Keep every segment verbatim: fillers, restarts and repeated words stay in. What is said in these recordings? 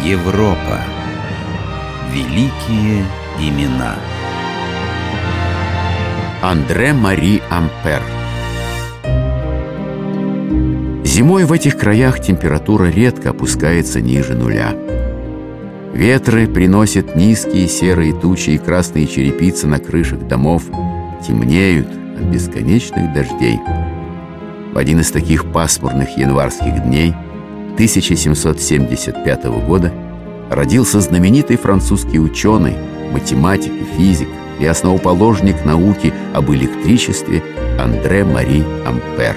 Европа. Великие имена. Андре Мари Ампер. Зимой в этих краях температура редко опускается ниже нуля. Ветры приносят низкие серые тучи, и красные черепицы на крышах домов темнеют от бесконечных дождей. В один из таких пасмурных январских дней тысяча семьсот семьдесят пятого года родился знаменитый французский ученый, математик и физик и основоположник науки об электричестве Андре Мари Ампер.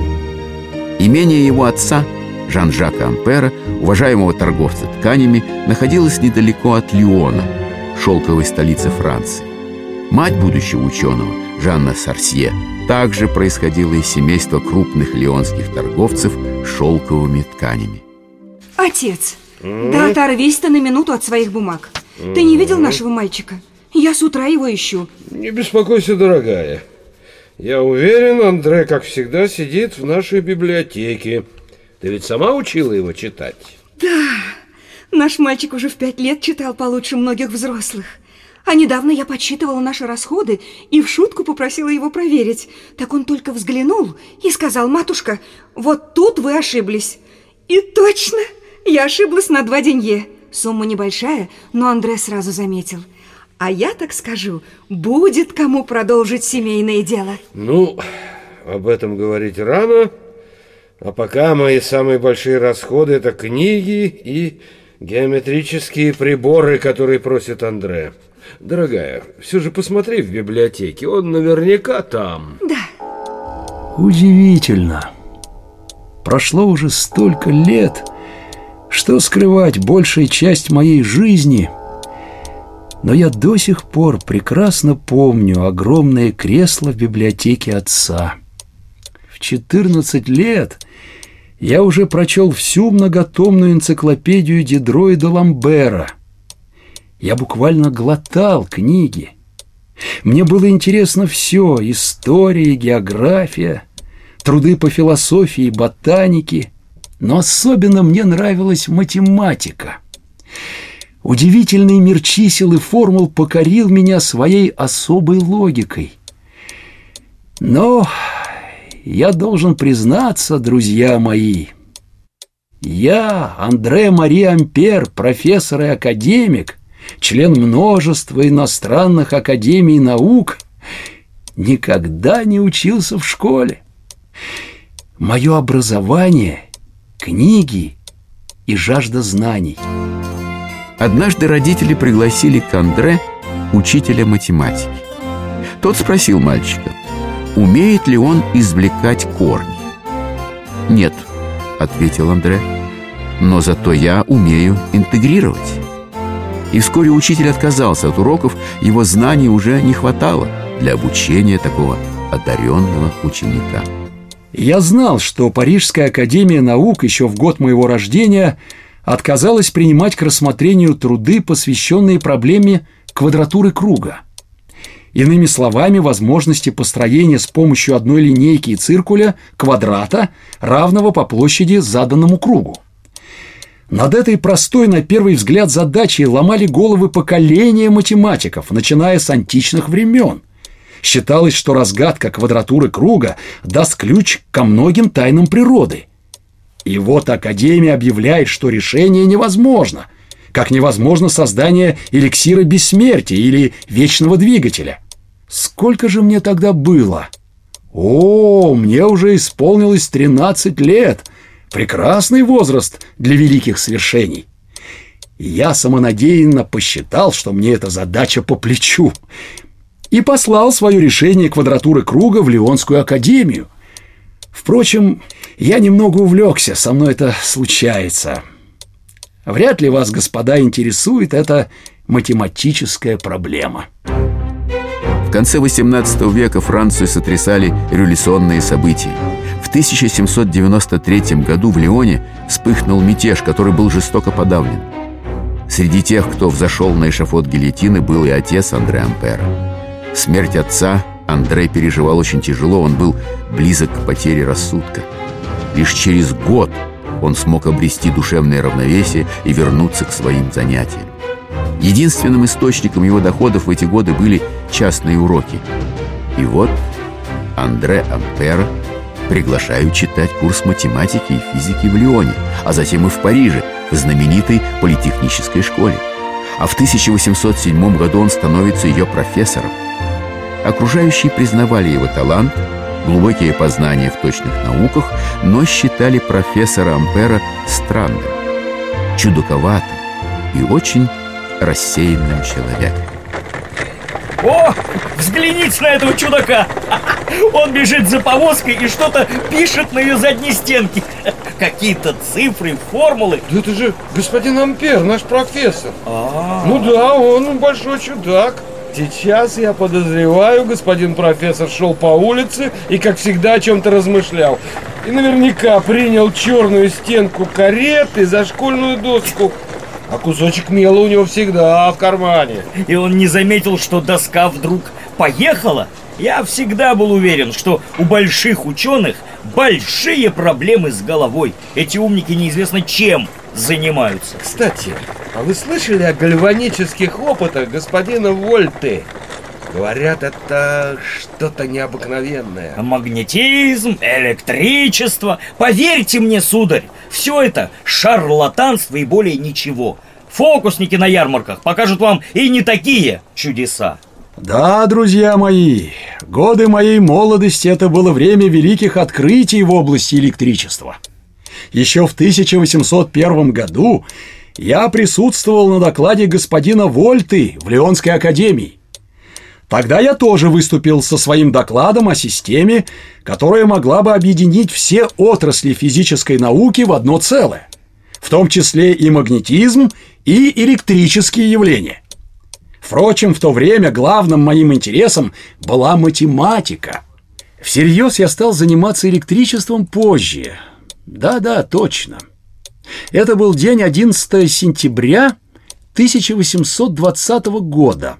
Имение его отца, Жан-Жака Ампера, уважаемого торговца тканями, находилось недалеко от Лиона, шелковой столицы Франции. Мать будущего ученого, Жанна Сарсье, также происходила из семейства крупных лионских торговцев шелковыми тканями. Отец, mm-hmm. да оторвись ты на минуту от своих бумаг. Mm-hmm. Ты не видел нашего мальчика? Я с утра его ищу. Не беспокойся, дорогая. Я уверен, Андре, как всегда, сидит в нашей библиотеке. Ты ведь сама учила его читать? Да, наш мальчик уже в пять лет читал получше многих взрослых. А недавно я подсчитывала наши расходы и в шутку попросила его проверить. Так он только взглянул и сказал: матушка, вот тут вы ошиблись. И точно, я ошиблась на два денье. Сумма небольшая, но Андре сразу заметил. А я так скажу, будет кому продолжить семейное дело. Ну, об этом говорить рано. А пока мои самые большие расходы — это книги и геометрические приборы, которые просит Андре. Дорогая, все же посмотри в библиотеке, он наверняка там. Да. Удивительно. Прошло уже столько лет, что скрывать, большая часть моей жизни. Но я до сих пор прекрасно помню огромное кресло в библиотеке отца. В четырнадцать лет я уже прочел всю многотомную энциклопедию Дидро и де Ламбера. Я буквально глотал книги. Мне было интересно все: история, география, труды по философии и ботанике. Но особенно мне нравилась математика. Удивительный мир чисел и формул покорил меня своей особой логикой. Но я должен признаться, друзья мои, я, Андре Мари Ампер, профессор и академик, член множества иностранных академий наук, никогда не учился в школе. Мое образование — книги и жажда знаний. Однажды родители пригласили к Андре учителя математики. Тот спросил мальчика, умеет ли он извлекать корни. «Нет», — ответил Андре, — «но зато я умею интегрировать». И вскоре учитель отказался от уроков, его знаний уже не хватало для обучения такого одаренного ученика. Я знал, что Парижская академия наук еще в год моего рождения отказалась принимать к рассмотрению труды, посвященные проблеме квадратуры круга. Иными словами, возможности построения с помощью одной линейки и циркуля квадрата, равного по площади заданному кругу. Над этой простой на первый взгляд задачей ломали головы поколения математиков, начиная с античных времен. Считалось, что разгадка квадратуры круга даст ключ ко многим тайнам природы. И вот Академия объявляет, что решение невозможно, как невозможно создание эликсира бессмертия или вечного двигателя. Сколько же мне тогда было? О, мне уже исполнилось тринадцать лет. Прекрасный возраст для великих свершений. И я самонадеянно посчитал, что мне эта задача по плечу, и послал свое решение квадратуры круга в Лионскую академию. Впрочем, я немного увлекся, со мной это случается. Вряд ли вас, господа, интересует эта математическая проблема. В конце восемнадцатого века Францию сотрясали революционные события. В тысяча семьсот девяносто третьем году в Лионе вспыхнул мятеж, который был жестоко подавлен. Среди тех, кто взошел на эшафот гильотины, был и отец Андре Ампера. Смерть отца Андре переживал очень тяжело, он был близок к потере рассудка. Лишь через год он смог обрести душевное равновесие и вернуться к своим занятиям. Единственным источником его доходов в эти годы были частные уроки. И вот Андре Ампера приглашают читать курс математики и физики в Лионе, а затем и в Париже, в знаменитой политехнической школе. А в тысяча восемьсот седьмом году он становится ее профессором. Окружающие признавали его талант, глубокие познания в точных науках, но считали профессора Ампера странным, чудаковатым и очень рассеянным человеком. О, взгляните на этого чудака! Он бежит за повозкой и что-то пишет на ее задней стенке. Какие-то цифры, формулы. Да это же господин Ампер, наш профессор. А-а-а. Ну да, он большой чудак. Сейчас, я подозреваю, господин профессор шел по улице и, как всегда, о чем-то размышлял. И наверняка принял черную стенку кареты за школьную доску. А кусочек мела у него всегда в кармане. И он не заметил, что доска вдруг поехала? Я всегда был уверен, что у больших ученых большие проблемы с головой. Эти умники неизвестно чем занимаются. Кстати, а вы слышали о гальванических опытах господина Вольты? Говорят, это что-то необыкновенное. Магнетизм, электричество. Поверьте мне, сударь, все это шарлатанство и более ничего. Фокусники на ярмарках покажут вам и не такие чудеса. Да, друзья мои, годы моей молодости — это было время великих открытий в области электричества. Еще в тысяча восемьсот первом году я присутствовал на докладе господина Вольты в Лионской академии. Тогда я тоже выступил со своим докладом о системе, которая могла бы объединить все отрасли физической науки в одно целое, в том числе и магнетизм, и электрические явления. Впрочем, в то время главным моим интересом была математика. Всерьез я стал заниматься электричеством позже. Да-да, точно. Это был день одиннадцатого сентября тысяча восемьсот двадцатого года.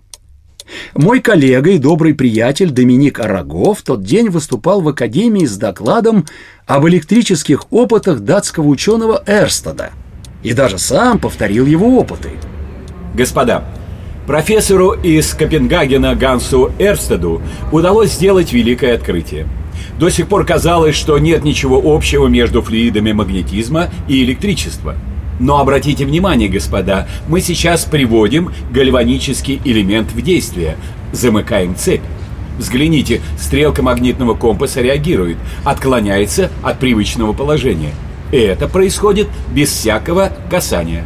Мой коллега и добрый приятель Доминик Араго в тот день выступал в академии с докладом об электрических опытах датского ученого Эрстеда и даже сам повторил его опыты. Господа, профессору из Копенгагена Гансу Эрстеду удалось сделать великое открытие. До сих пор казалось, что нет ничего общего между флюидами магнетизма и электричества. Но обратите внимание, господа, мы сейчас приводим гальванический элемент в действие, замыкаем цепь. Взгляните, стрелка магнитного компаса реагирует, отклоняется от привычного положения. И это происходит без всякого касания.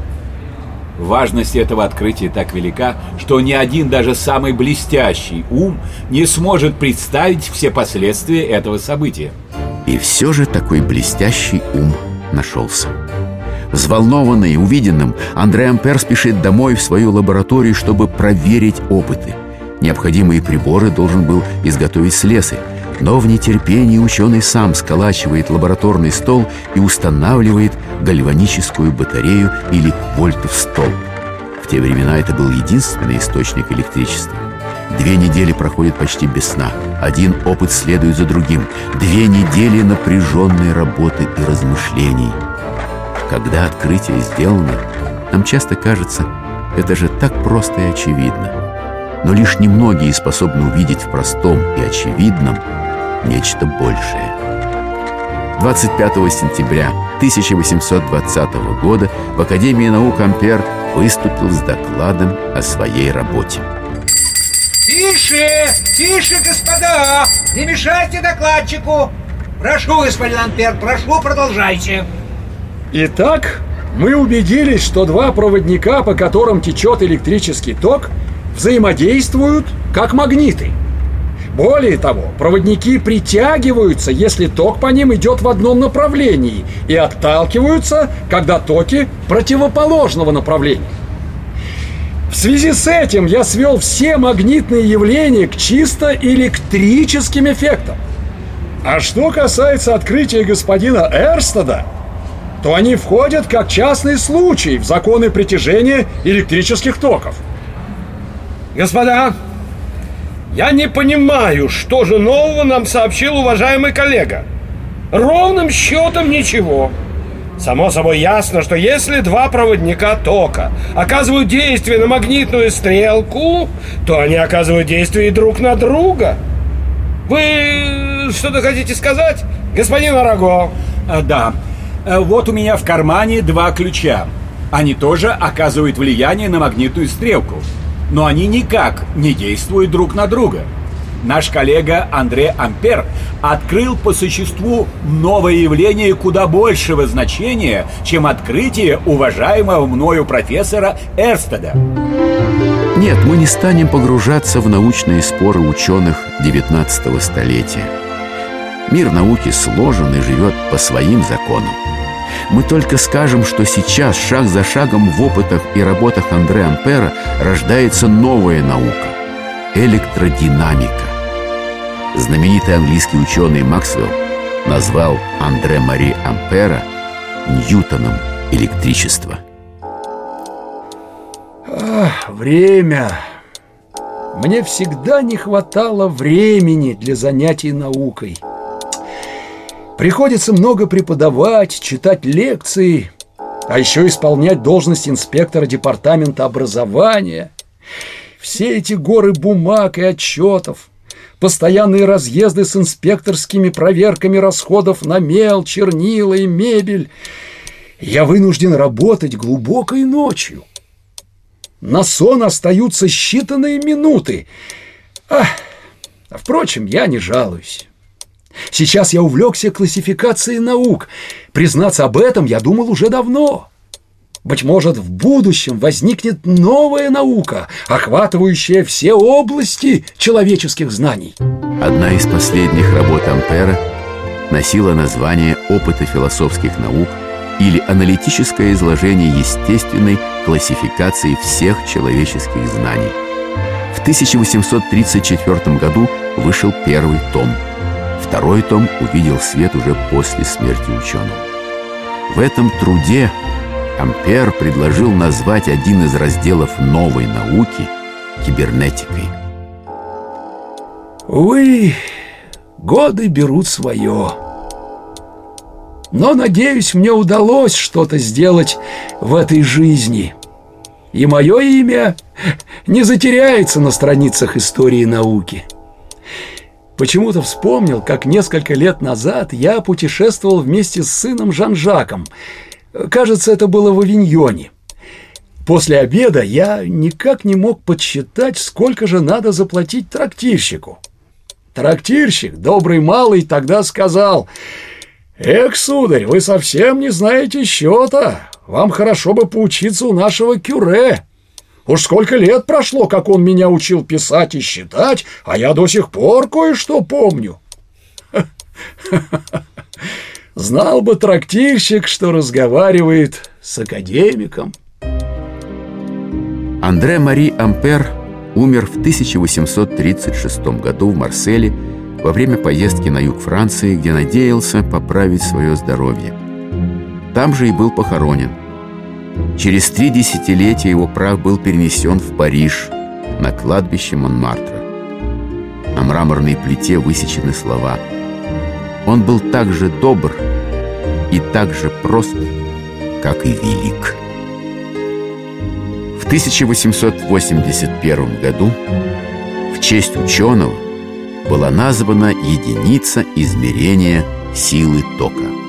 Важность этого открытия так велика, что ни один даже самый блестящий ум не сможет представить все последствия этого события. И все же такой блестящий ум нашелся. Взволнованный увиденным, Андре Ампер спешит домой в свою лабораторию, чтобы проверить опыты. Необходимые приборы должен был изготовить слесарь, но в нетерпении ученый сам сколачивает лабораторный стол и устанавливает гальваническую батарею или вольтов столб. В те времена это был единственный источник электричества. Две недели проходят почти без сна. Один опыт следует за другим. Две недели напряженной работы и размышлений. Когда открытие сделано, нам часто кажется, это же так просто и очевидно. Но лишь немногие способны увидеть в простом и очевидном нечто большее. двадцать пятого сентября тысяча восемьсот двадцатого года в Академии наук Ампер выступил с докладом о своей работе. Тише! Тише, господа! Не мешайте докладчику! Прошу, господин Ампер, прошу, продолжайте. Итак, мы убедились, что два проводника, по которым течет электрический ток, взаимодействуют как магниты. Более того, проводники притягиваются, если ток по ним идет в одном направлении, и отталкиваются, когда токи противоположного направления. В связи с этим я свел все магнитные явления к чисто электрическим эффектам. А что касается открытия господина Эрстеда, то они входят как частный случай в законы притяжения электрических токов. Господа, я не понимаю, что же нового нам сообщил уважаемый коллега. Ровным счетом ничего. Само собой ясно, что если два проводника тока оказывают действие на магнитную стрелку, то они оказывают действие друг на друга. Вы что-то хотите сказать, господин Араго? А, да. Вот у меня в кармане два ключа. Они тоже оказывают влияние на магнитную стрелку, но они никак не действуют друг на друга. Наш коллега Андре Ампер открыл по существу новое явление куда большего значения, чем открытие уважаемого мною профессора Эрстеда. Нет, мы не станем погружаться в научные споры ученых девятнадцатого столетия. Мир науки сложен и живет по своим законам. Мы только скажем, что сейчас шаг за шагом в опытах и работах Андре Ампера рождается новая наука – электродинамика. Знаменитый английский ученый Максвелл назвал Андре Мари Ампера Ньютоном электричества. Ах, время. Мне всегда не хватало времени для занятий наукой. Приходится много преподавать, читать лекции, а еще исполнять должность инспектора департамента образования. Все эти горы бумаг и отчетов, постоянные разъезды с инспекторскими проверками расходов на мел, чернила и мебель. Я вынужден работать глубокой ночью. На сон остаются считанные минуты. А, впрочем, я не жалуюсь. Сейчас я увлекся классификацией наук. Признаться, об этом я думал уже давно. Быть может, в будущем возникнет новая наука, охватывающая все области человеческих знаний. Одна из последних работ Ампера носила название «Опыты философских наук» или «Аналитическое изложение естественной классификации всех человеческих знаний». В тысяча восемьсот тридцать четвёртом году вышел первый том. Второй том увидел свет уже после смерти ученого. В этом труде Ампер предложил назвать один из разделов новой науки кибернетикой. Увы, годы берут свое. Но, надеюсь, мне удалось что-то сделать в этой жизни. И мое имя не затеряется на страницах истории науки. Почему-то вспомнил, как несколько лет назад я путешествовал вместе с сыном Жан-Жаком. Кажется, это было в Авиньоне. После обеда я никак не мог подсчитать, сколько же надо заплатить трактирщику. Трактирщик, добрый малый, тогда сказал: «Эх, сударь, вы совсем не знаете счета. Вам хорошо бы поучиться у нашего кюре. Уж сколько лет прошло, как он меня учил писать и считать, а я до сих пор кое-что помню». Знал бы трактирщик, что разговаривает с академиком. Андре Мари Ампер умер в тысяча восемьсот тридцать шестом году в Марселе во время поездки на юг Франции, где надеялся поправить свое здоровье. Там же и был похоронен. Через три десятилетия его прах был перенесен в Париж, на кладбище Монмартра. На мраморной плите высечены слова: «Он был так же добр и так же прост, как и велик». В тысяча восемьсот восемьдесят первом году в честь ученого была названа единица измерения силы тока.